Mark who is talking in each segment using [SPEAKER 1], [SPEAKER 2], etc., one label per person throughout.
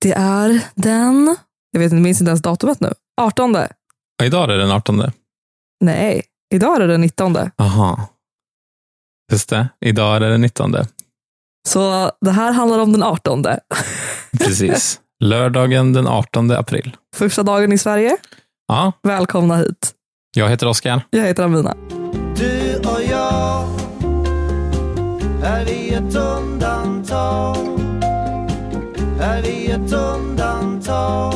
[SPEAKER 1] Det är den... Jag minns inte ens datumet nu. 18.
[SPEAKER 2] Ja, idag är det den 18.
[SPEAKER 1] Nej, idag är det den 19.
[SPEAKER 2] Aha. Just det, idag är det den 19.
[SPEAKER 1] Så det här handlar om den 18.
[SPEAKER 2] Precis. Lördagen den 18 april.
[SPEAKER 1] Första dagen i Sverige.
[SPEAKER 2] Ja.
[SPEAKER 1] Välkomna hit.
[SPEAKER 2] Jag heter Oskar.
[SPEAKER 1] Jag heter Amina.
[SPEAKER 3] Du och jag, är vi ett undantag? Är vi ett undantag?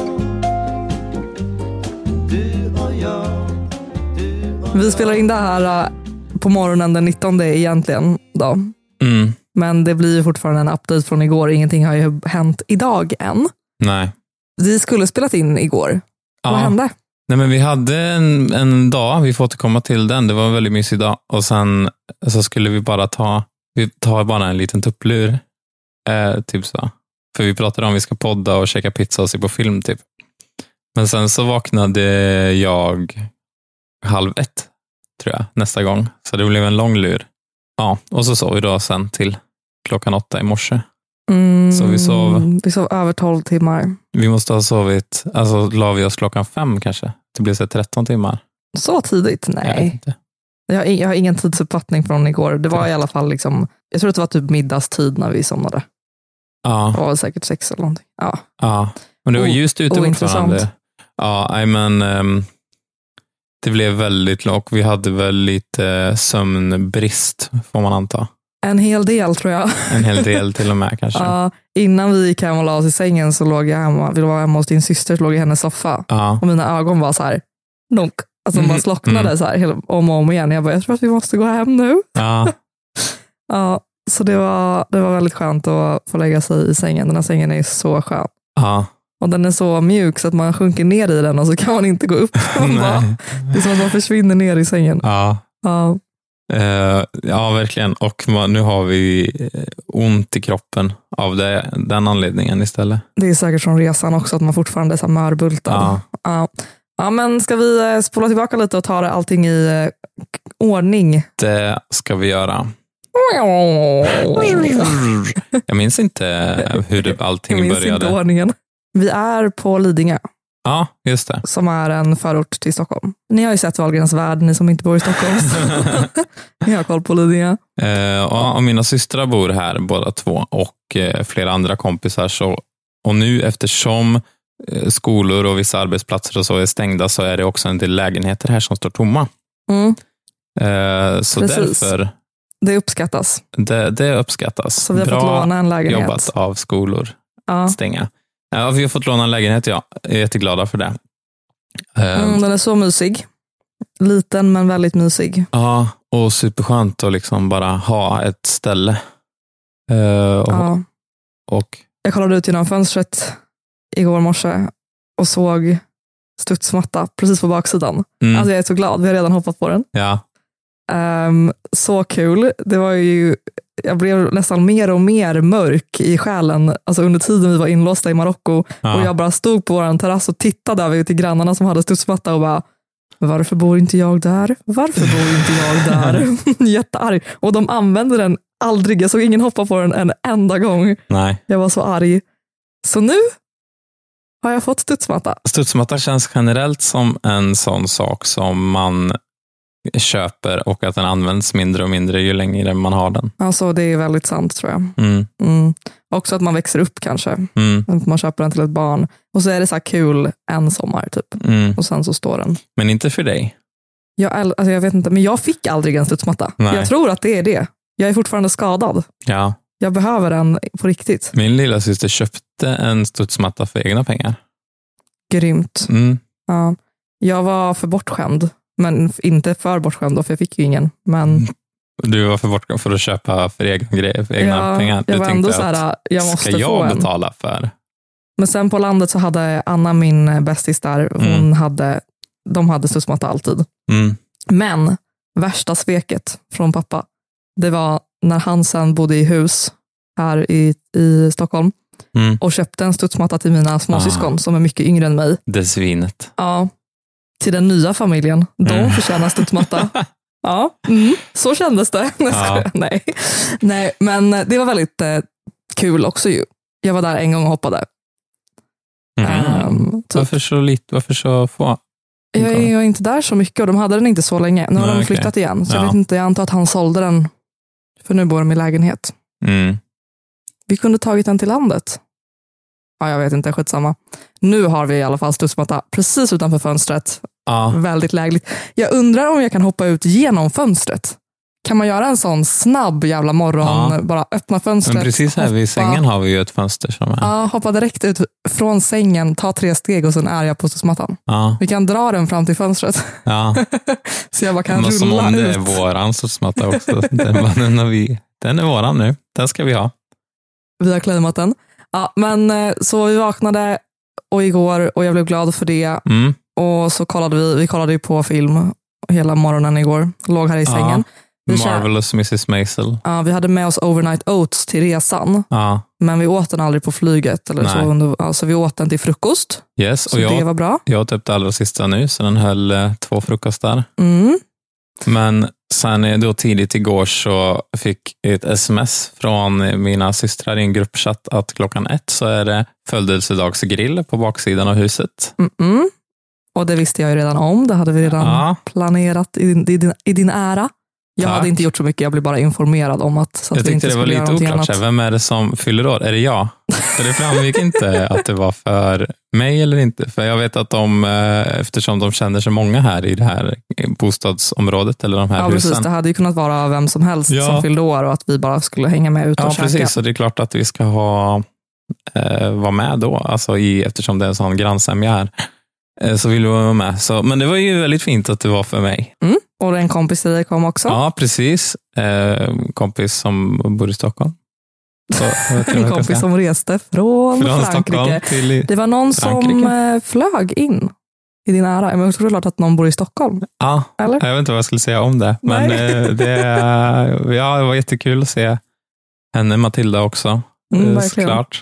[SPEAKER 3] Du och jag, du och
[SPEAKER 1] Vi spelar in det här på morgonen den 19 egentligen då.
[SPEAKER 2] Mm.
[SPEAKER 1] Men det blir fortfarande en update från igår. Ingenting har ju hänt idag än.
[SPEAKER 2] Nej.
[SPEAKER 1] Vi skulle spelat in igår.
[SPEAKER 2] Ja.
[SPEAKER 1] Vad hände?
[SPEAKER 2] Nej, men vi hade en dag, vi får återkomma till den. Det var en väldigt mysig dag. Och sen så skulle vi bara tar bara en liten tupplur. Typ så. För vi pratade om vi ska podda och käka pizza och se på film typ. Men sen så vaknade jag 12:30 tror jag nästa gång. Så det blev en lång lur. Ja, och så sov vi då sen till 8:00 i morse. Så vi
[SPEAKER 1] sov över 12 timmar.
[SPEAKER 2] Vi måste ha sovit, alltså la vi oss 5:00 kanske. Det blev så 13 timmar.
[SPEAKER 1] Så tidigt? Nej. Jag har ingen tidsuppfattning från igår. Det var i alla fall liksom, jag tror att det var typ middagstid när vi somnade.
[SPEAKER 2] Ja.
[SPEAKER 1] Det var säkert 6 eller någonting.
[SPEAKER 2] Ja. Men det var ljust ute fortfarande. Ja, men det blev väldigt lågt. Vi hade väl lite sömnbrist, får man anta.
[SPEAKER 1] En hel del tror jag.
[SPEAKER 2] En hel del till och med kanske.
[SPEAKER 1] Ja, innan vi gick hem och la oss i sängen så låg jag hemma. Vi var hemma hos din syster, så låg jag i hennes soffa.
[SPEAKER 2] Ja.
[SPEAKER 1] Och mina ögon var så här, donk. Alltså de bara slocknade så här om och om igen. Jag tror att vi måste gå hem nu.
[SPEAKER 2] Ja.
[SPEAKER 1] Ja, så det var väldigt skönt att få lägga sig i sängen. Den här sängen är så skön.
[SPEAKER 2] Ja. Och
[SPEAKER 1] den är så mjuk så att man sjunker ner i den och så kan man inte gå upp. Det är som att man försvinner ner i sängen.
[SPEAKER 2] Ja.
[SPEAKER 1] Ja.
[SPEAKER 2] Ja, verkligen. Och nu har vi ont i kroppen av den anledningen istället.
[SPEAKER 1] Det är säkert från resan också att man fortfarande är så mörbultad. Ja. Ja, men ska vi spola tillbaka lite och ta allting i ordning?
[SPEAKER 2] Det ska vi göra. Jag minns inte hur allting började.
[SPEAKER 1] Jag minns inte ordningen. Vi är på Lidingö.
[SPEAKER 2] Ja, just det.
[SPEAKER 1] Som är en förort till Stockholm. Ni har ju sett Wahlgrens värld, ni som inte bor i Stockholm. Ni har koll på Lidingö.
[SPEAKER 2] Och mina systrar bor här båda två och flera andra kompisar. Och nu eftersom skolor och vissa arbetsplatser och så är stängda så är det också en del lägenheter här som står tomma. Så
[SPEAKER 1] precis.
[SPEAKER 2] Därför...
[SPEAKER 1] Det uppskattas.
[SPEAKER 2] Det uppskattas.
[SPEAKER 1] Så vi har fått låna en lägenhet.
[SPEAKER 2] Jobbat av skolor. Stänga. Ja, vi har fått låna en lägenhet, ja. Jag är jätteglada för det.
[SPEAKER 1] Den är så mysig. Liten men väldigt mysig.
[SPEAKER 2] Ja, och superskönt att liksom bara ha ett ställe. Och
[SPEAKER 1] jag kollade ut genom fönstret igår morse och såg studsmatta precis på baksidan. Alltså jag är så glad, vi har redan hoppat på den.
[SPEAKER 2] Ja.
[SPEAKER 1] Så kul. Det var ju, jag blev nästan mer och mer mörk i själen alltså under tiden vi var inlåsta i Marocko och jag bara stod på vår terrass och tittade över till grannarna som hade studsmatta och bara, varför bor inte jag där? Varför bor inte jag där? Jättearg. Och de använde den aldrig. Jag såg ingen hoppa på den en enda gång.
[SPEAKER 2] Nej.
[SPEAKER 1] Jag var så arg. Så nu har jag fått studsmatta.
[SPEAKER 2] Studsmatta känns generellt som en sån sak som man köper och att den används mindre och mindre ju längre man har den.
[SPEAKER 1] Alltså det är väldigt sant tror jag. Också att man växer upp kanske. Man köper den till ett barn. Och så är det så här kul en sommar typ. Och sen så står den.
[SPEAKER 2] Men inte för dig.
[SPEAKER 1] Jag vet inte, men jag fick aldrig en studsmatta. Nej. Jag tror att det är det. Jag är fortfarande skadad.
[SPEAKER 2] Ja.
[SPEAKER 1] Jag behöver den på riktigt.
[SPEAKER 2] Min lilla syster köpte en studsmatta för egna pengar.
[SPEAKER 1] Grymt. Ja. Jag var för bortskämd. Men inte för bortskämd då, för jag fick ju ingen. Men...
[SPEAKER 2] Du var för bortskämd för att köpa för egna pengar.
[SPEAKER 1] Jag var ändå så här, jag måste
[SPEAKER 2] ska
[SPEAKER 1] få
[SPEAKER 2] jag betala för?
[SPEAKER 1] Men sen på landet så hade Anna, min bästis där, de hade studsmatta alltid. Men värsta sveket från pappa, det var när han sen bodde i hus här i Stockholm och köpte en studsmatta till mina småsyskon som är mycket yngre än mig.
[SPEAKER 2] Det svinet.
[SPEAKER 1] Ja, till den nya familjen. De förtjänar studsmatta. Ja, så kändes det. Nej, men det var väldigt kul också ju. Jag var där en gång och hoppade. Typ.
[SPEAKER 2] Varför så lite? Varför så få?
[SPEAKER 1] Jag är inte där så mycket och de hade den inte så länge. Nu har de flyttat igen. Så jag vet inte, jag antar att han sålde den. För nu bor de i lägenhet. Vi kunde tagit den till landet. Ja, jag vet inte, skitsamma. Nu har vi i alla fall studsmatta precis utanför fönstret. Väldigt lägligt. Jag undrar om jag kan hoppa ut genom fönstret. Kan man göra en sån snabb jävla morgon, bara öppna fönstret.
[SPEAKER 2] Men precis här vid sängen har vi ju ett fönster som är.
[SPEAKER 1] Ja, hoppa direkt ut från sängen, ta 3 steg och sen är jag på studsmattan. Vi kan dra den fram till fönstret.
[SPEAKER 2] Ja.
[SPEAKER 1] Så jag bara kan rulla ut.
[SPEAKER 2] Som om det är våran studsmatta också. Den är våran nu. Den ska vi ha.
[SPEAKER 1] Vi har claimat den. Ja, men så vi vaknade och igår och jag blev glad för det. Och så kollade vi kollade ju på film hela morgonen igår. Låg här i sängen.
[SPEAKER 2] Marvelous Mrs. Maisel.
[SPEAKER 1] Ja, vi hade med oss overnight oats till resan. Men vi åt den aldrig på flyget. Eller så vi åt den till frukost.
[SPEAKER 2] Yes,
[SPEAKER 1] så och det var bra.
[SPEAKER 2] Jag åt upp det allra sista nu, så den höll 2 frukostar. Men sen då tidigt igår så fick jag ett sms från mina systrar i en gruppchatt att 1:00 så är det födelsedagsgrill på baksidan av huset. Och det visste jag ju redan om. Det hade vi redan planerat i din ära. Jag hade inte gjort så mycket, jag blev bara informerad om att så att jag tyckte det var lite oklart. Vem är det som fyller år? Är det jag? För det framgick inte att det var för mig eller inte. För jag vet att eftersom de känner så många här i det här bostadsområdet eller de här husen.
[SPEAKER 1] Precis, det hade ju kunnat vara vem som helst som fyllde år och att vi bara skulle hänga med ut och käka.
[SPEAKER 2] Ja, precis. Så det är klart att vi ska vara med då. Alltså eftersom det är en sån grannsämja här. Så vill vi vara med. Men det var ju väldigt fint att det var för mig.
[SPEAKER 1] Och en kompis till dig kom också.
[SPEAKER 2] Ja, precis. Kompis som bor i Stockholm.
[SPEAKER 1] En kompis som reste från Frankrike. Det var någon som flög in i din ära. Men jag tror klart att någon bor i Stockholm.
[SPEAKER 2] Ja, eller? Jag vet inte vad jag skulle säga om det. Men det var jättekul att se henne, Matilda också. Såklart.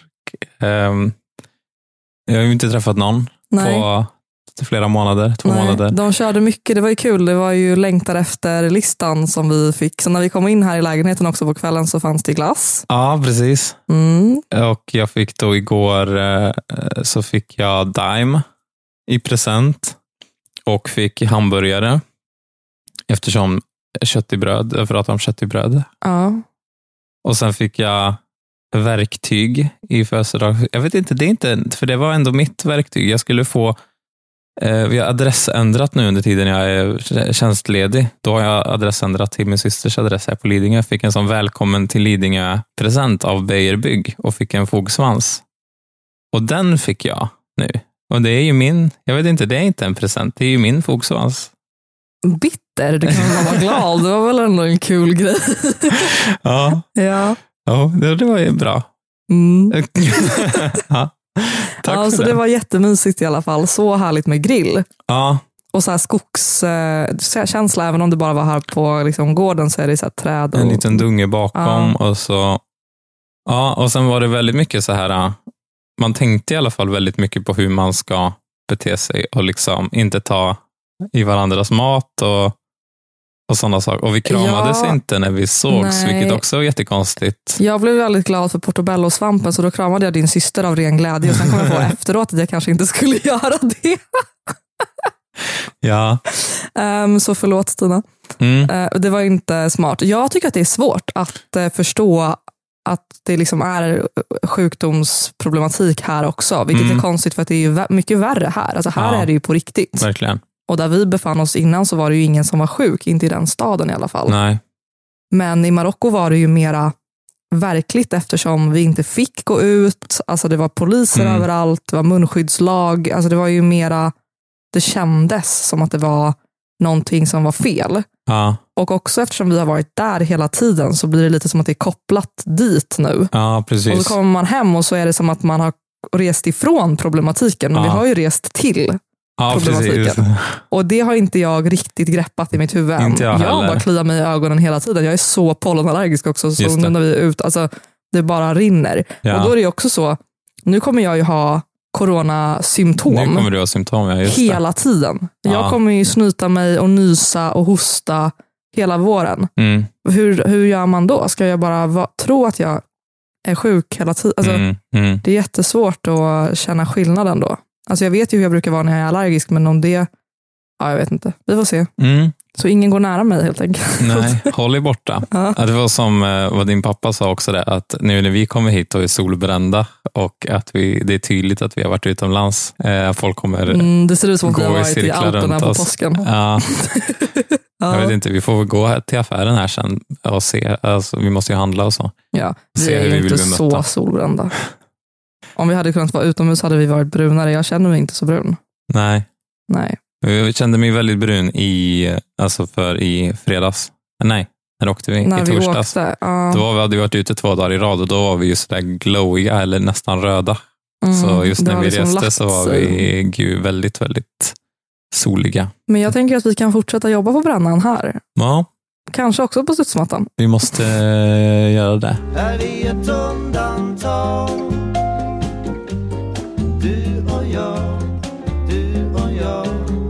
[SPEAKER 2] Jag har ju inte träffat någon på flera månader, 2 månader.
[SPEAKER 1] De körde mycket, det var ju kul. Det var ju längtar efter listan som vi fick. Så när vi kom in här i lägenheten också på kvällen så fanns det glass.
[SPEAKER 2] Ja, precis. Och jag fick då igår så fick jag Daim i present och fick hamburgare eftersom kött i bröd, jag pratar om kött i bröd.
[SPEAKER 1] Ja.
[SPEAKER 2] Och sen fick jag verktyg i födelsedag. Jag vet inte, det är inte, för det var ändå mitt verktyg. Jag skulle få vi har adressändrat nu under tiden jag är tjänstledig. Då har jag adressändrat till min systers adress här på Lidingö. Jag fick en sån välkommen till Lidingö-present av Beijer Bygg och fick en fogsvans. Och den fick jag nu. Och det är ju min, jag vet inte, det är inte en present. Det är ju min fogsvans.
[SPEAKER 1] Bitter, du kan vara glad. Det var väl ändå en kul grej.
[SPEAKER 2] Ja.
[SPEAKER 1] Ja.
[SPEAKER 2] Ja, det var ju bra. Ja.
[SPEAKER 1] Ja, så det var jättemysigt i alla fall. Så härligt med grill.
[SPEAKER 2] Ja.
[SPEAKER 1] Och så här skogskänsla, även om det bara var här på liksom gården så är det så här träd. Och
[SPEAKER 2] en liten dunge bakom och så. Ja, och sen var det väldigt mycket så här. Man tänkte i alla fall väldigt mycket på hur man ska bete sig och liksom inte ta i varandras mat och sådana saker. Och vi kramades inte när vi sågs, vilket också var jättekonstigt.
[SPEAKER 1] Jag blev väldigt glad för portobello-svampen, så då kramade jag din syster av ren glädje. Och sen kom jag på efteråt att jag kanske inte skulle göra det.
[SPEAKER 2] Ja.
[SPEAKER 1] Så förlåt, Stina. Det var inte smart. Jag tycker att det är svårt att förstå att det liksom är sjukdomsproblematik här också. Vilket är konstigt, för att det är mycket värre här. Alltså här är det ju på riktigt.
[SPEAKER 2] Verkligen.
[SPEAKER 1] Och där vi befann oss innan så var det ju ingen som var sjuk, inte i den staden i alla fall.
[SPEAKER 2] Nej.
[SPEAKER 1] Men i Marocko var det ju mera verkligt, eftersom vi inte fick gå ut. Alltså det var poliser överallt, det var munskyddslag. Alltså det var ju mera, det kändes som att det var någonting som var fel.
[SPEAKER 2] Ja.
[SPEAKER 1] Och också eftersom vi har varit där hela tiden så blir det lite som att det är kopplat dit nu.
[SPEAKER 2] Ja, precis.
[SPEAKER 1] Och så kommer man hem och så är det som att man har rest ifrån problematiken, men vi har ju rest till.
[SPEAKER 2] Ja, precis.
[SPEAKER 1] Och det har inte jag riktigt greppat i mitt huvud.
[SPEAKER 2] Inte jag
[SPEAKER 1] bara kliar mig i ögonen hela tiden. Jag är så pollenallergisk också, så nu när vi är ute, alltså det bara rinner.
[SPEAKER 2] Ja.
[SPEAKER 1] Och då är det också så, nu kommer jag ju ha coronasymptom.
[SPEAKER 2] Nu kommer du ha symptom, ja, just
[SPEAKER 1] hela tiden. Jag kommer ju snyta mig och nysa och hosta hela våren. Hur gör man då? Ska jag bara tro att jag är sjuk hela tiden. Alltså, det är jättesvårt att känna skillnaden då. Alltså jag vet ju hur jag brukar vara när jag är allergisk, men om det, ja jag vet inte. Vi får se. Så ingen går nära mig helt enkelt.
[SPEAKER 2] Nej, håll er borta. Ja. Det var som vad din pappa sa också, det, att nu när vi kommer hit och är solbrända och att det är tydligt att vi har varit utomlands. Folk kommer
[SPEAKER 1] det ser ut som att vi har varit i Alperna på påsken.
[SPEAKER 2] Ja. Jag vet inte, vi får väl gå till affären här sen och se. Alltså, vi måste ju handla och så.
[SPEAKER 1] Ja, vi är inte så solbrända. Om vi hade kunnat vara utomhus hade vi varit brunare. Jag känner mig inte så brun.
[SPEAKER 2] Nej.
[SPEAKER 1] Jag
[SPEAKER 2] kände mig väldigt brun i fredags. Nej, när åkte vi? I torsdags. Då hade vi varit ute 2 dagar i rad och då var vi just där glowiga eller nästan röda. Så just när vi reste så var vi väldigt, väldigt soliga.
[SPEAKER 1] Men jag tänker att vi kan fortsätta jobba på brännan här.
[SPEAKER 2] Ja.
[SPEAKER 1] Kanske också på studsmattan.
[SPEAKER 2] Vi måste göra det.
[SPEAKER 3] Är vi ett undantag? Du och jag, du och jag.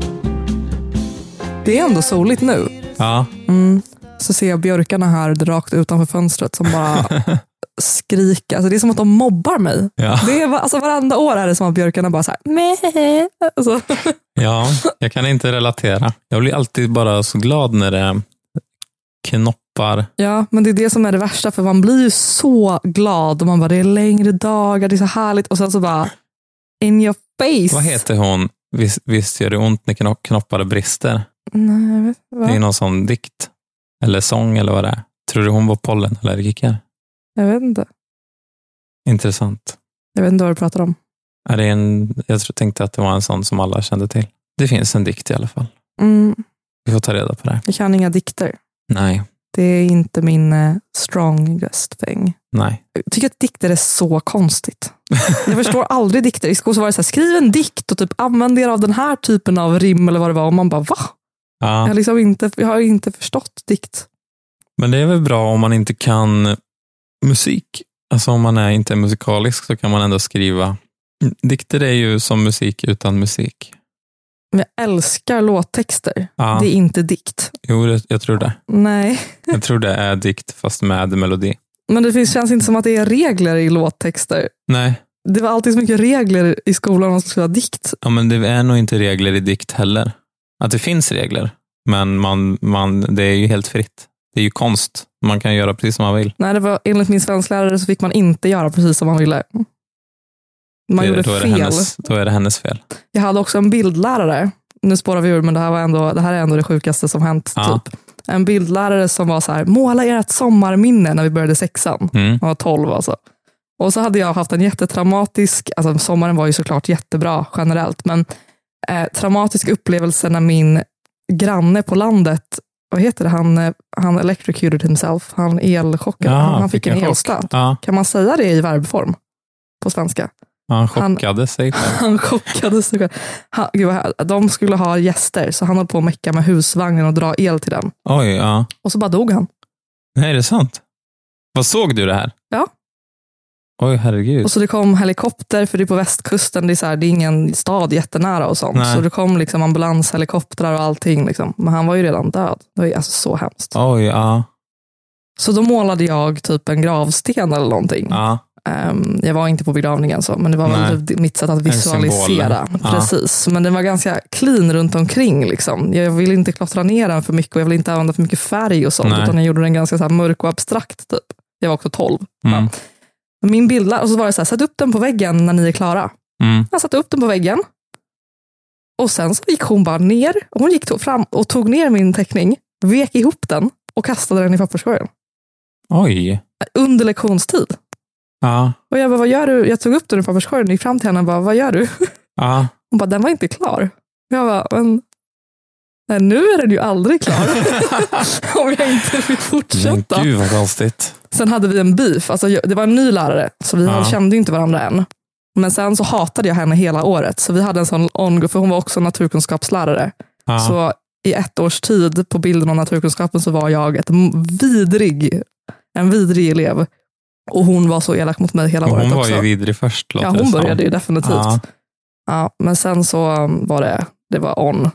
[SPEAKER 1] Det är ändå soligt nu.
[SPEAKER 2] Ja.
[SPEAKER 1] Så ser jag björkarna här rakt utanför fönstret som bara skriker. Alltså det är som att de mobbar mig.
[SPEAKER 2] Ja.
[SPEAKER 1] Det är, alltså varenda år är det som att björkarna bara så här, meh. Alltså.
[SPEAKER 2] Ja, jag kan inte relatera. Jag blir alltid bara så glad när det knoppar.
[SPEAKER 1] Ja, men det är det som är det värsta, för man blir ju så glad och man bara, det är längre dagar, det är så härligt, och sen så bara in your face.
[SPEAKER 2] Vad heter hon? Visst gör det ont när knoppar brister?
[SPEAKER 1] Nej, jag vet inte.
[SPEAKER 2] Det är någon sån dikt eller sång eller vad det är. Tror du hon var pollenallergiker?
[SPEAKER 1] Jag vet inte.
[SPEAKER 2] Intressant.
[SPEAKER 1] Jag vet inte vad du pratar om.
[SPEAKER 2] Är det jag tänkte att det var en sån som alla kände till. Det finns en dikt i alla fall. Vi får ta reda på det.
[SPEAKER 1] Jag kan inga dikter.
[SPEAKER 2] Nej.
[SPEAKER 1] Det är inte min strongest thing.
[SPEAKER 2] Nej.
[SPEAKER 1] Jag tycker att dikter är så konstigt. Jag förstår aldrig dikter. I skolan så var det så här, skriv en dikt och typ använd er av den här typen av rim eller vad det var. Och man bara, va?
[SPEAKER 2] Ja.
[SPEAKER 1] Jag har inte förstått dikt.
[SPEAKER 2] Men det är väl bra om man inte kan musik. Alltså om man inte är musikalisk så kan man ändå skriva. Dikter är ju som musik utan musik.
[SPEAKER 1] Men jag älskar låttexter.
[SPEAKER 2] Ja.
[SPEAKER 1] Det är inte dikt.
[SPEAKER 2] Jo, jag tror det.
[SPEAKER 1] Nej.
[SPEAKER 2] Jag tror det är dikt fast med melodi.
[SPEAKER 1] Men det känns inte som att det är regler i låttexter.
[SPEAKER 2] Nej.
[SPEAKER 1] Det var alltid så mycket regler i skolan om man skulle skriva dikt.
[SPEAKER 2] Ja, men det är nog inte regler i dikt heller. Att det finns regler. Men det är ju helt fritt. Det är ju konst. Man kan göra precis som man vill.
[SPEAKER 1] Nej, det var enligt min svensklärare så fick man inte göra precis som man ville. Man gjorde fel.
[SPEAKER 2] Då är det hennes fel.
[SPEAKER 1] Jag hade också en bildlärare. Nu spårar vi ur, men det här är ändå det sjukaste som hänt.
[SPEAKER 2] Ja.
[SPEAKER 1] Typ. En bildlärare som var så här, måla ert sommarminne när vi började 6:an. Jag var 12 alltså. Och så hade jag haft en jättetraumatisk, alltså sommaren var ju såklart jättebra generellt, men traumatisk upplevelse när min granne på landet, vad heter det, han electrocuted himself, han elchockade, han fick en elstöt. Ja. Kan man säga det i verbform på svenska?
[SPEAKER 2] Han chockade sig själv.
[SPEAKER 1] Han chockade sig själv. De skulle ha gäster, så han höll på att mecka med husvagnen och dra el till den.
[SPEAKER 2] Oj, ja.
[SPEAKER 1] Och så bara dog han.
[SPEAKER 2] Nej, det är sant. Vad såg du det här?
[SPEAKER 1] Ja.
[SPEAKER 2] Oj, herregud.
[SPEAKER 1] Och så det kom helikopter, för det är på västkusten, det är ingen stad jättenära och sånt. Nej. Så det kom liksom ambulanshelikoptrar och allting. Liksom. Men han var ju redan död. Det var ju alltså så hemskt.
[SPEAKER 2] Oj, ja.
[SPEAKER 1] Så då målade jag typ en gravsten eller någonting.
[SPEAKER 2] Ja.
[SPEAKER 1] Jag var inte på begravningen så, men det var väl mitt sätt att visualisera. Precis. Men den var ganska clean runt omkring. Liksom. Jag ville inte klottra ner den för mycket och jag ville inte använda för mycket färg och sånt. Nej. Utan jag gjorde den ganska så här mörk och abstrakt. Typ. Jag var också 12. Ja. Min bildlärare, och så var det så här, sätt upp den på väggen när ni är klara. Jag satte upp den på väggen. Och sen så gick hon bara ner. Hon gick fram och tog ner min teckning, vek ihop den och kastade den i papperskorgen.
[SPEAKER 2] Oj.
[SPEAKER 1] Under lektionstid.
[SPEAKER 2] Ja.
[SPEAKER 1] Och jag bara, vad gör du? Jag tog upp den i papperskorgen och gick fram till henne och bara, vad gör du?
[SPEAKER 2] Ja.
[SPEAKER 1] Hon bara, den var inte klar. Jag bara, men nej, nu är den ju aldrig klar. Om jag inte vill fortsätta.
[SPEAKER 2] Men gud vad konstigt.
[SPEAKER 1] Sen hade vi en beef. Alltså, det var en ny lärare, så vi kände inte varandra än. Men sen så hatade jag henne hela året. Så vi hade en sån ongo, för hon var också naturkunskapslärare. Ja. Så i 1 års tid på bilden av naturkunskapen så var jag en vidrig elev. Och hon var så elak mot mig hela året också.
[SPEAKER 2] Hon var ju vidrig först.
[SPEAKER 1] Ja, hon började ju definitivt. Ja, men sen så var det var on.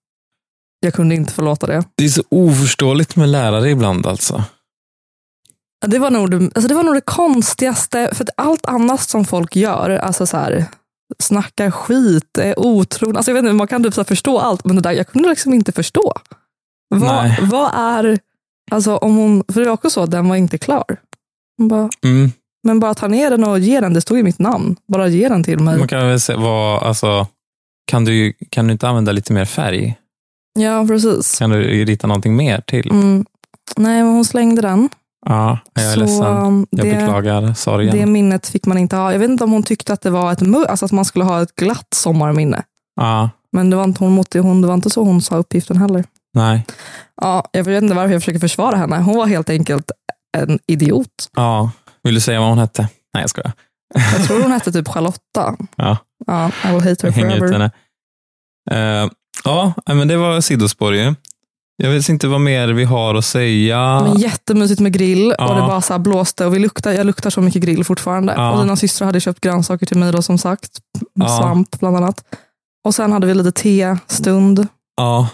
[SPEAKER 1] Jag kunde inte förlåta det.
[SPEAKER 2] Det är så oförståeligt med lärare ibland alltså.
[SPEAKER 1] Det var nog det konstigaste, för att allt annat som folk gör, alltså så här, snackar skit, är otroligt. Alltså jag vet inte, man kan typ så här förstå allt, men det där, jag kunde liksom inte förstå. Vad är, alltså om hon, för det var också så att den var inte klar. Hon bara, men bara ta ner den och ge den, det stod i mitt namn. Bara ge den till mig.
[SPEAKER 2] Man kan väl se alltså, kan du inte använda lite mer färg?
[SPEAKER 1] Ja, precis.
[SPEAKER 2] Kan du rita någonting mer till?
[SPEAKER 1] Nej, men hon slängde den.
[SPEAKER 2] Ja, jag är ledsen. Jag beklagar sorgen.
[SPEAKER 1] Det minnet fick man inte ha. Jag vet inte om hon tyckte att det var alltså att man skulle ha ett glatt sommarminne.
[SPEAKER 2] Ja.
[SPEAKER 1] Men det var inte så hon sa uppgiften heller.
[SPEAKER 2] Nej.
[SPEAKER 1] Ja, jag vet inte varför jag försöker försvara henne. Hon var helt enkelt en idiot.
[SPEAKER 2] Ja, vill du säga vad hon hette? Nej, jag skojar.
[SPEAKER 1] Jag tror hon hette typ Charlotta.
[SPEAKER 2] Ja.
[SPEAKER 1] Ja, I will hate her forever.
[SPEAKER 2] Ja, men det var sidospår ju. Jag vet inte vad mer vi har att säga.
[SPEAKER 1] Men jättemysigt med grill och det bara så här blåste och jag luktar så mycket grill fortfarande.
[SPEAKER 2] Ja.
[SPEAKER 1] Och dina systrar hade köpt grönsaker till mig då, som sagt. Svamp bland annat. Och sen hade vi lite testund.
[SPEAKER 2] Ja.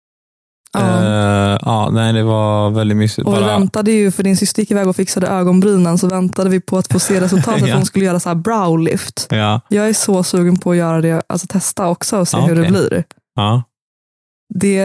[SPEAKER 2] Nej, det var väldigt mysigt.
[SPEAKER 1] Och vi väntade ju, för din syster gick iväg och fixade ögonbrynen, så väntade vi på att få se resultatet. För hon skulle göra så här browlift.
[SPEAKER 2] Ja.
[SPEAKER 1] Jag är så sugen på att göra det, alltså testa också och se hur det blir.
[SPEAKER 2] Ja.
[SPEAKER 1] Det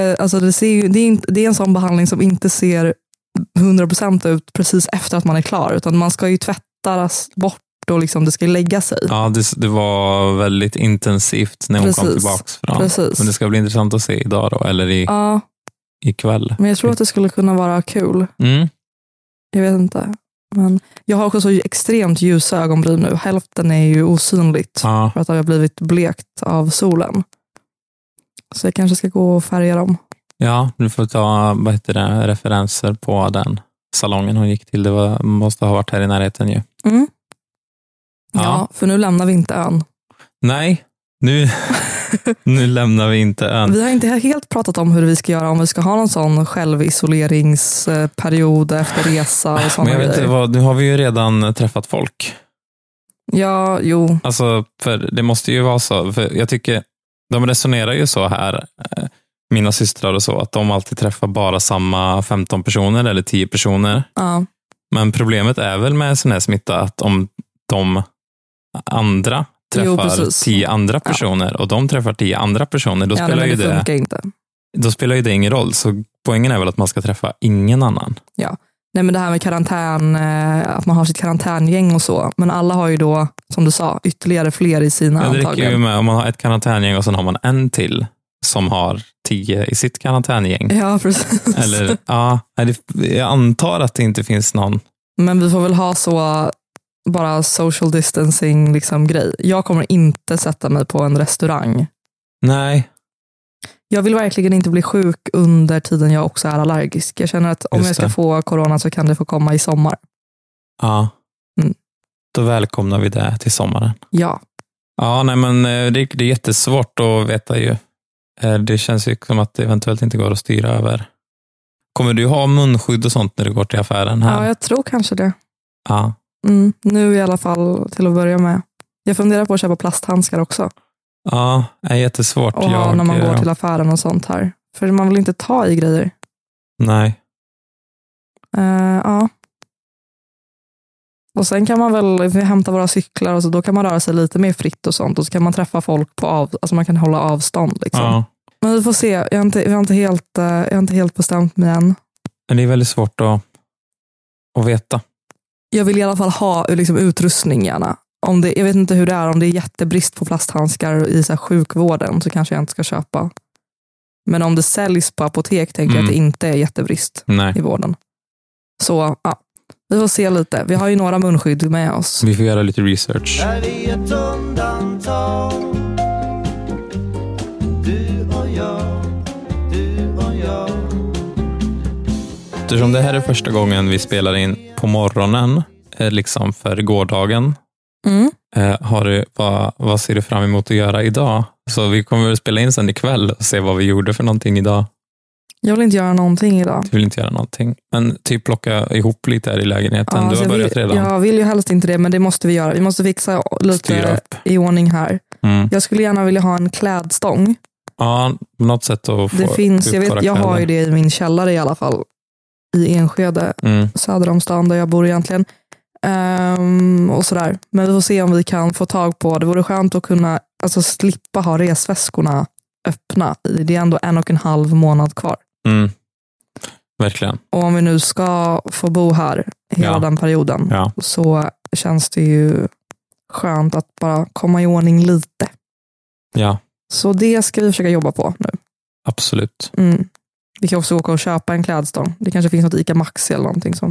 [SPEAKER 1] är en sån behandling som inte ser 100% ut precis efter att man är klar, utan man ska ju tvättas bort och liksom det ska lägga sig.
[SPEAKER 2] Ja, det var väldigt intensivt när hon kom tillbaka från.
[SPEAKER 1] Precis.
[SPEAKER 2] Men det ska bli intressant att se idag då, eller ikväll.
[SPEAKER 1] Men jag tror att det skulle kunna vara kul. Jag vet inte. Men jag har också så extremt ljusa ögonbryn nu. Hälften är ju osynligt för att jag har blivit blekt av solen. Så jag kanske ska gå och färga dem. Ja,
[SPEAKER 2] du får ta referenser på den salongen hon gick till. Det måste ha varit här i närheten ju.
[SPEAKER 1] Ja, för nu lämnar vi inte ön.
[SPEAKER 2] Nej, nu lämnar vi inte ön.
[SPEAKER 1] Vi har inte helt pratat om hur vi ska göra, om vi ska ha någon sån självisoleringsperiod efter resa och sådana grejer. Men jag vet inte,
[SPEAKER 2] nu har vi ju redan träffat folk.
[SPEAKER 1] Ja, jo.
[SPEAKER 2] Alltså, för det måste ju vara så. För jag tycker, de resonerar ju så här, mina systrar och så, att de alltid träffar bara samma 15 personer eller 10 personer.
[SPEAKER 1] Ja.
[SPEAKER 2] Men problemet är väl med sån här smitta att om de andra träffar 10 andra personer och de träffar 10 andra personer, då spelar ju det ingen roll. Så poängen är väl att man ska träffa ingen annan.
[SPEAKER 1] Ja. Nej, men det här med karantän, att man har sitt karantängäng och så. Men alla har ju då, som du sa, ytterligare fler i sina
[SPEAKER 2] antagligen.
[SPEAKER 1] Det
[SPEAKER 2] räcker ju med om man har ett karantängäng och sen har man en till som har 10 i sitt karantängäng.
[SPEAKER 1] Ja, precis.
[SPEAKER 2] Eller, jag antar att det inte finns någon.
[SPEAKER 1] Men vi får väl ha så bara social distancing liksom grej. Jag kommer inte sätta mig på en restaurang.
[SPEAKER 2] Nej.
[SPEAKER 1] Jag vill verkligen inte bli sjuk under tiden jag också är allergisk. Jag känner att om jag ska få corona så kan det få komma i sommar.
[SPEAKER 2] Ja. Då välkomnar vi det till sommaren.
[SPEAKER 1] Ja.
[SPEAKER 2] Ja, nej, men det är jättesvårt att veta ju. Det känns ju som att det eventuellt inte går att styra över. Kommer du ha munskydd och sånt när du går till affären här?
[SPEAKER 1] Ja, jag tror kanske det.
[SPEAKER 2] Ja.
[SPEAKER 1] Nu i alla fall till att börja med. Jag funderar på att köpa plasthandskar också.
[SPEAKER 2] Ja, det är jättesvårt.
[SPEAKER 1] Och när man går till affären och sånt här. För man vill inte ta i grejer.
[SPEAKER 2] Nej.
[SPEAKER 1] Ja. Och sen kan man väl hämta våra cyklar och så då kan man röra sig lite mer fritt och sånt. Och så kan man träffa folk alltså man kan hålla avstånd liksom. Ja. Men vi får se. Jag har inte helt bestämt mig än.
[SPEAKER 2] Men det är väldigt svårt att veta.
[SPEAKER 1] Jag vill i alla fall ha liksom utrustning gärna. Jag vet inte hur det är, om det är jättebrist på plasthandskar i så här sjukvården så kanske jag inte ska köpa. Men om det säljs på apotek tänker jag att det inte är jättebrist i vården. Så ja, vi får se lite. Vi har ju några munskydd med oss.
[SPEAKER 2] Vi får göra lite research.
[SPEAKER 3] Är vi ett undantag? Du och jag, du och jag.
[SPEAKER 2] Eftersom det här är första gången vi spelar in på morgonen, liksom för gårdagen, vad ser du fram emot att göra idag? Så vi kommer att spela in sen ikväll och se vad vi gjorde för någonting idag.
[SPEAKER 1] Jag vill inte göra någonting idag.
[SPEAKER 2] Du vill inte göra någonting. Men typ plocka ihop lite här i lägenheten.
[SPEAKER 1] Ja,
[SPEAKER 2] du har börjat redan.
[SPEAKER 1] Jag vill ju helst inte det, men det måste vi göra. Vi måste fixa lite i ordning här. Jag skulle gärna vilja ha en klädstång.
[SPEAKER 2] Ja, något sätt att få
[SPEAKER 1] det finns, jag har ju det i min källare i alla fall. i Enskede, söder om stan där jag bor egentligen. Och sådär. Men vi får se om vi kan få tag på, det vore skönt att kunna slippa ha resväskorna öppna. Det är ändå 1,5 månad kvar.
[SPEAKER 2] Verkligen.
[SPEAKER 1] Och om vi nu ska få bo här hela den perioden så känns det ju skönt att bara komma i ordning lite.
[SPEAKER 2] Ja.
[SPEAKER 1] Så det ska vi försöka jobba på nu.
[SPEAKER 2] Absolut.
[SPEAKER 1] Vi kan också åka och köpa en klädstång. Det kanske finns något ICA Maxi eller någonting som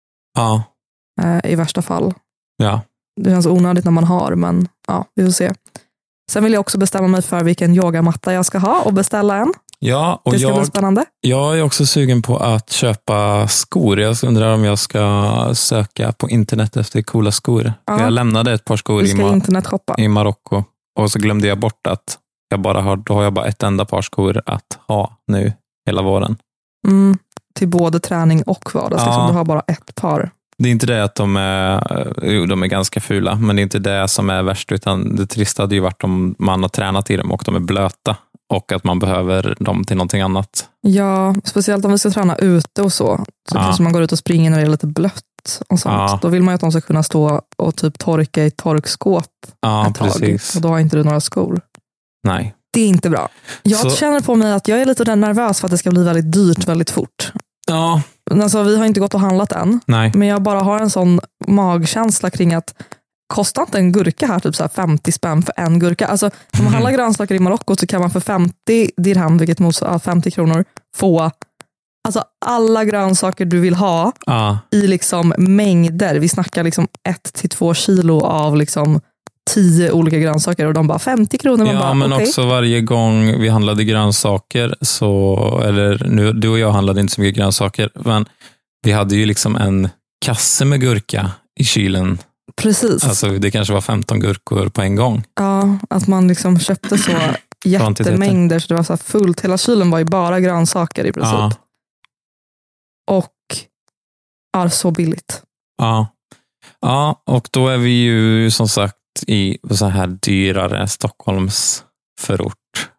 [SPEAKER 1] i värsta fall.
[SPEAKER 2] Ja.
[SPEAKER 1] Det känns onödigt när man har, men vi får se. Sen vill jag också bestämma mig för vilken yogamatta jag ska ha och beställa en.
[SPEAKER 2] Ja, och
[SPEAKER 1] det ska bli spännande.
[SPEAKER 2] Jag är också sugen på att köpa skor. Jag undrar om jag ska söka på internet efter coola skor. Ja. Jag lämnade ett par skor i Marocko och så glömde jag bort att då har jag bara ett enda par skor att ha nu hela våren.
[SPEAKER 1] Till både träning och vardags. Du har bara ett par.
[SPEAKER 2] Det är inte det att de är ganska fula, men det är inte det som är värst, utan det trista hade ju varit om man har tränat i dem och de är blöta och att man behöver dem till någonting annat. Ja,
[SPEAKER 1] speciellt om vi ska träna ute och så kanske man går ut och springer när det är lite blött och sånt. Då vill man ju att de ska kunna stå och typ torka i torkskåp ett tag.
[SPEAKER 2] Precis.
[SPEAKER 1] Och då har inte du några skor.
[SPEAKER 2] Nej.
[SPEAKER 1] Det är inte bra. Jag känner på mig att jag är lite nervös för att det ska bli väldigt dyrt väldigt fort.
[SPEAKER 2] Ja.
[SPEAKER 1] Vi har inte gått och handlat än.
[SPEAKER 2] Nej.
[SPEAKER 1] Men jag bara har en sån magkänsla kring att kostar inte en gurka här typ så här 50 spänn för en gurka? Alltså, om man handlar grönsaker i Marocko så kan man för 50 dirham, vilket motsvarar 50 kronor, få alla grönsaker du vill ha i liksom mängder. Vi snackar liksom 1-2 kilo av liksom 10 olika grönsaker och de bara 50 kronor.
[SPEAKER 2] Men också varje gång vi handlade grönsaker du och jag handlade inte så mycket grönsaker, men vi hade ju liksom en kasse med gurka i kylen.
[SPEAKER 1] Precis.
[SPEAKER 2] Det kanske var 15 gurkor på en gång. Ja,
[SPEAKER 1] att man liksom köpte så jättemängder så det var så här fullt. Hela kylen var ju bara grönsaker i princip. Och så billigt.
[SPEAKER 2] Ja, och då är vi ju som sagt i så här dyrare Stockholms förort.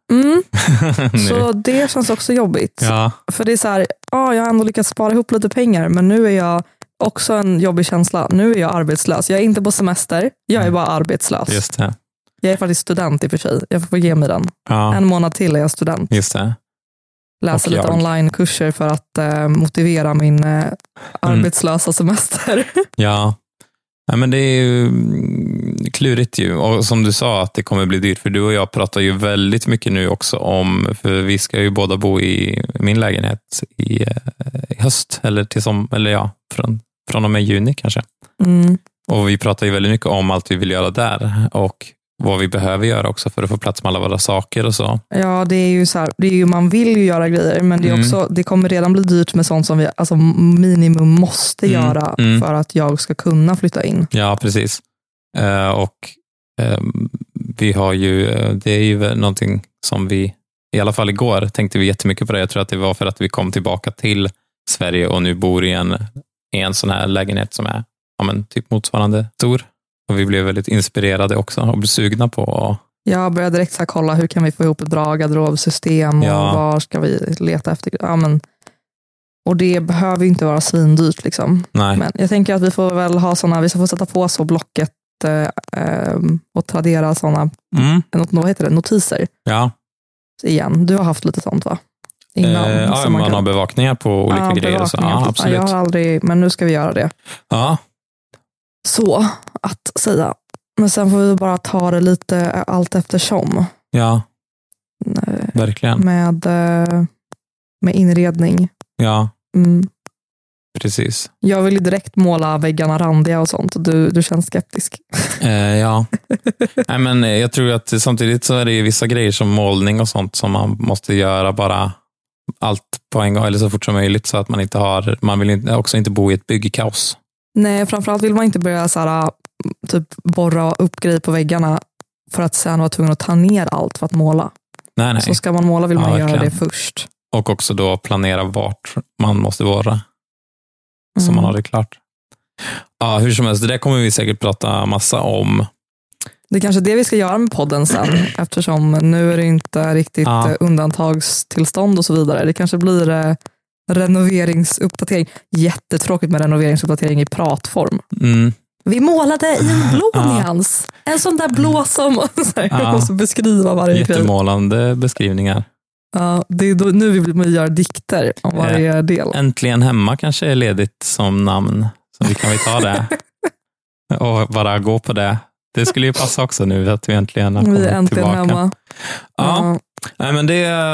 [SPEAKER 1] Så det känns också jobbigt.
[SPEAKER 2] Ja.
[SPEAKER 1] För det är så här, jag har ändå lyckats spara ihop lite pengar, men nu är jag också en jobbig känsla. Nu är jag arbetslös. Jag är inte på semester, jag är bara arbetslös.
[SPEAKER 2] Just det.
[SPEAKER 1] Jag är faktiskt student i och för sig. Jag får ge mig den. En månad till är jag student.
[SPEAKER 2] Just det.
[SPEAKER 1] Läser lite onlinekurser för att motivera min arbetslösa semester.
[SPEAKER 2] Ja. Men det är ju klurigt ju. Och som du sa att det kommer bli dyrt. För du och jag pratar ju väldigt mycket nu också om, för vi ska ju båda bo i min lägenhet i höst. Från och med juni kanske. Och vi pratar ju väldigt mycket om allt vi vill göra där. Och vad vi behöver göra också för att få plats med alla våra saker och så. Ja,
[SPEAKER 1] det är ju så här, man vill ju göra grejer, men det är också, det kommer redan bli dyrt med sånt som vi minimum måste göra för att jag ska kunna flytta in.
[SPEAKER 2] Ja, precis. Vi har ju, det är ju någonting som vi, i alla fall igår tänkte vi jättemycket på det. Jag tror att det var för att vi kom tillbaka till Sverige och nu bor i en sån här lägenhet som är typ motsvarande stor. Och vi blev väldigt inspirerade också och blev sugna på.
[SPEAKER 1] Jag började direkt så här kolla hur kan vi få ihop ett bra garderobsystem och var ska vi leta efter. Och det behöver ju inte vara svindyrt liksom.
[SPEAKER 2] Nej.
[SPEAKER 1] Men jag tänker att vi får väl ha sådana, vi ska få sätta på så Blocket och Tradera sådana, vad heter det, notiser.
[SPEAKER 2] Ja.
[SPEAKER 1] Igen, du har haft lite sånt va?
[SPEAKER 2] Man har bevakningar på olika grejer. Så, absolut.
[SPEAKER 1] Jag har aldrig, men nu ska vi göra det.
[SPEAKER 2] Ja.
[SPEAKER 1] Så att säga. Men sen får vi bara ta det lite allt eftersom.
[SPEAKER 2] Ja, verkligen.
[SPEAKER 1] Med inredning.
[SPEAKER 2] Ja, precis.
[SPEAKER 1] Jag vill ju direkt måla väggarna randiga och sånt. Du känns skeptisk.
[SPEAKER 2] Ja. Nej, men jag tror att samtidigt så är det ju vissa grejer som målning och sånt som man måste göra bara allt på en gång eller så fort som möjligt så att man vill också inte bo i ett byggkaos.
[SPEAKER 1] Nej, framförallt vill man inte börja så här, typ borra upp grejer på väggarna för att sen vara tvungen att ta ner allt för att måla.
[SPEAKER 2] Nej.
[SPEAKER 1] Så ska man måla vill man göra det först.
[SPEAKER 2] Och också då planera vart man måste vara. Så man har det klart. Ja, hur som helst, det där kommer vi säkert prata massa om.
[SPEAKER 1] Det är kanske det vi ska göra med podden sen. Eftersom nu är det inte riktigt undantagstillstånd och så vidare. Det kanske blir renoveringsuppdatering. Jättetråkigt med renoveringsuppdatering i pratform.
[SPEAKER 2] Mm.
[SPEAKER 1] Vi målade i en blå nyans. En sån där blå som... Jag måste beskriva varje grej.
[SPEAKER 2] Jättemålande beskrivningar.
[SPEAKER 1] Ja, det är nu vi gör dikter om varje del.
[SPEAKER 2] Äntligen hemma kanske är ledigt som namn. Så vi kan vi ta det. Och bara gå på det. Det skulle ju passa också nu att vi äntligen har kommit tillbaka. Vi är äntligen hemma. Ja. Nej, men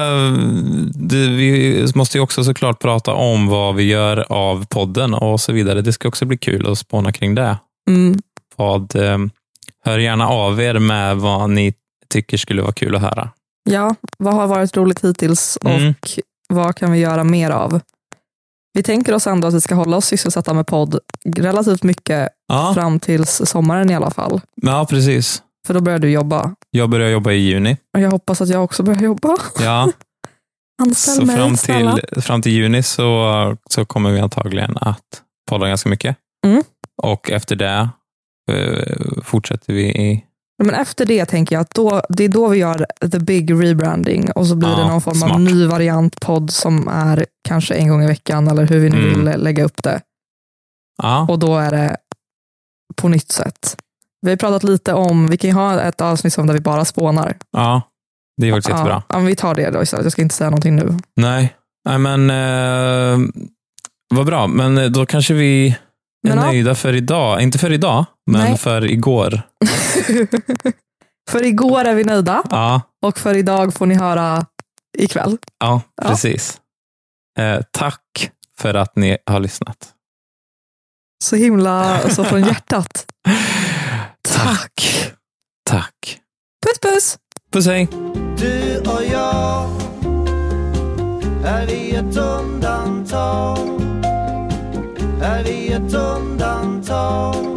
[SPEAKER 2] vi måste ju också såklart prata om vad vi gör av podden och så vidare. Det ska också bli kul att spåna kring det.
[SPEAKER 1] Mm.
[SPEAKER 2] Hör gärna av er med vad ni tycker skulle vara kul att höra.
[SPEAKER 1] Ja, vad har varit roligt hittills och vad kan vi göra mer av? Vi tänker oss ändå att vi ska hålla oss sysselsatta med podd relativt mycket fram till sommaren i alla fall.
[SPEAKER 2] Ja, precis.
[SPEAKER 1] För då börjar du jobba.
[SPEAKER 2] Jag börjar jobba i juni.
[SPEAKER 1] Och jag hoppas att jag också börjar jobba.
[SPEAKER 2] Ja.
[SPEAKER 1] Anställ
[SPEAKER 2] så
[SPEAKER 1] mig,
[SPEAKER 2] fram till juni så kommer vi antagligen att podda ganska mycket.
[SPEAKER 1] Mm.
[SPEAKER 2] Och efter det fortsätter vi i...
[SPEAKER 1] Men efter det tänker jag att det är då vi gör the big rebranding och så blir det någon form av ny variant podd som är kanske en gång i veckan eller hur vi nu vill lägga upp det.
[SPEAKER 2] Ja.
[SPEAKER 1] Och då är det på nytt sätt. Vi har pratat lite om, vi kan ju ha ett avsnitt där vi bara spånar.
[SPEAKER 2] Ja, det är faktiskt jättebra.
[SPEAKER 1] Ja, men vi tar det då istället. Jag ska inte säga någonting nu.
[SPEAKER 2] Nej men vad bra. Men då kanske vi är nöjda för idag. Inte för idag, men för igår.
[SPEAKER 1] För igår är vi nöjda.
[SPEAKER 2] Ja.
[SPEAKER 1] Och för idag får ni höra ikväll.
[SPEAKER 2] Ja, precis. Tack för att ni har lyssnat.
[SPEAKER 1] Så himla så från hjärtat.
[SPEAKER 2] Tack.
[SPEAKER 1] Puss puss.
[SPEAKER 2] Puss hej.
[SPEAKER 3] Du och jag, är vi ett undantag? Är vi ett undantag?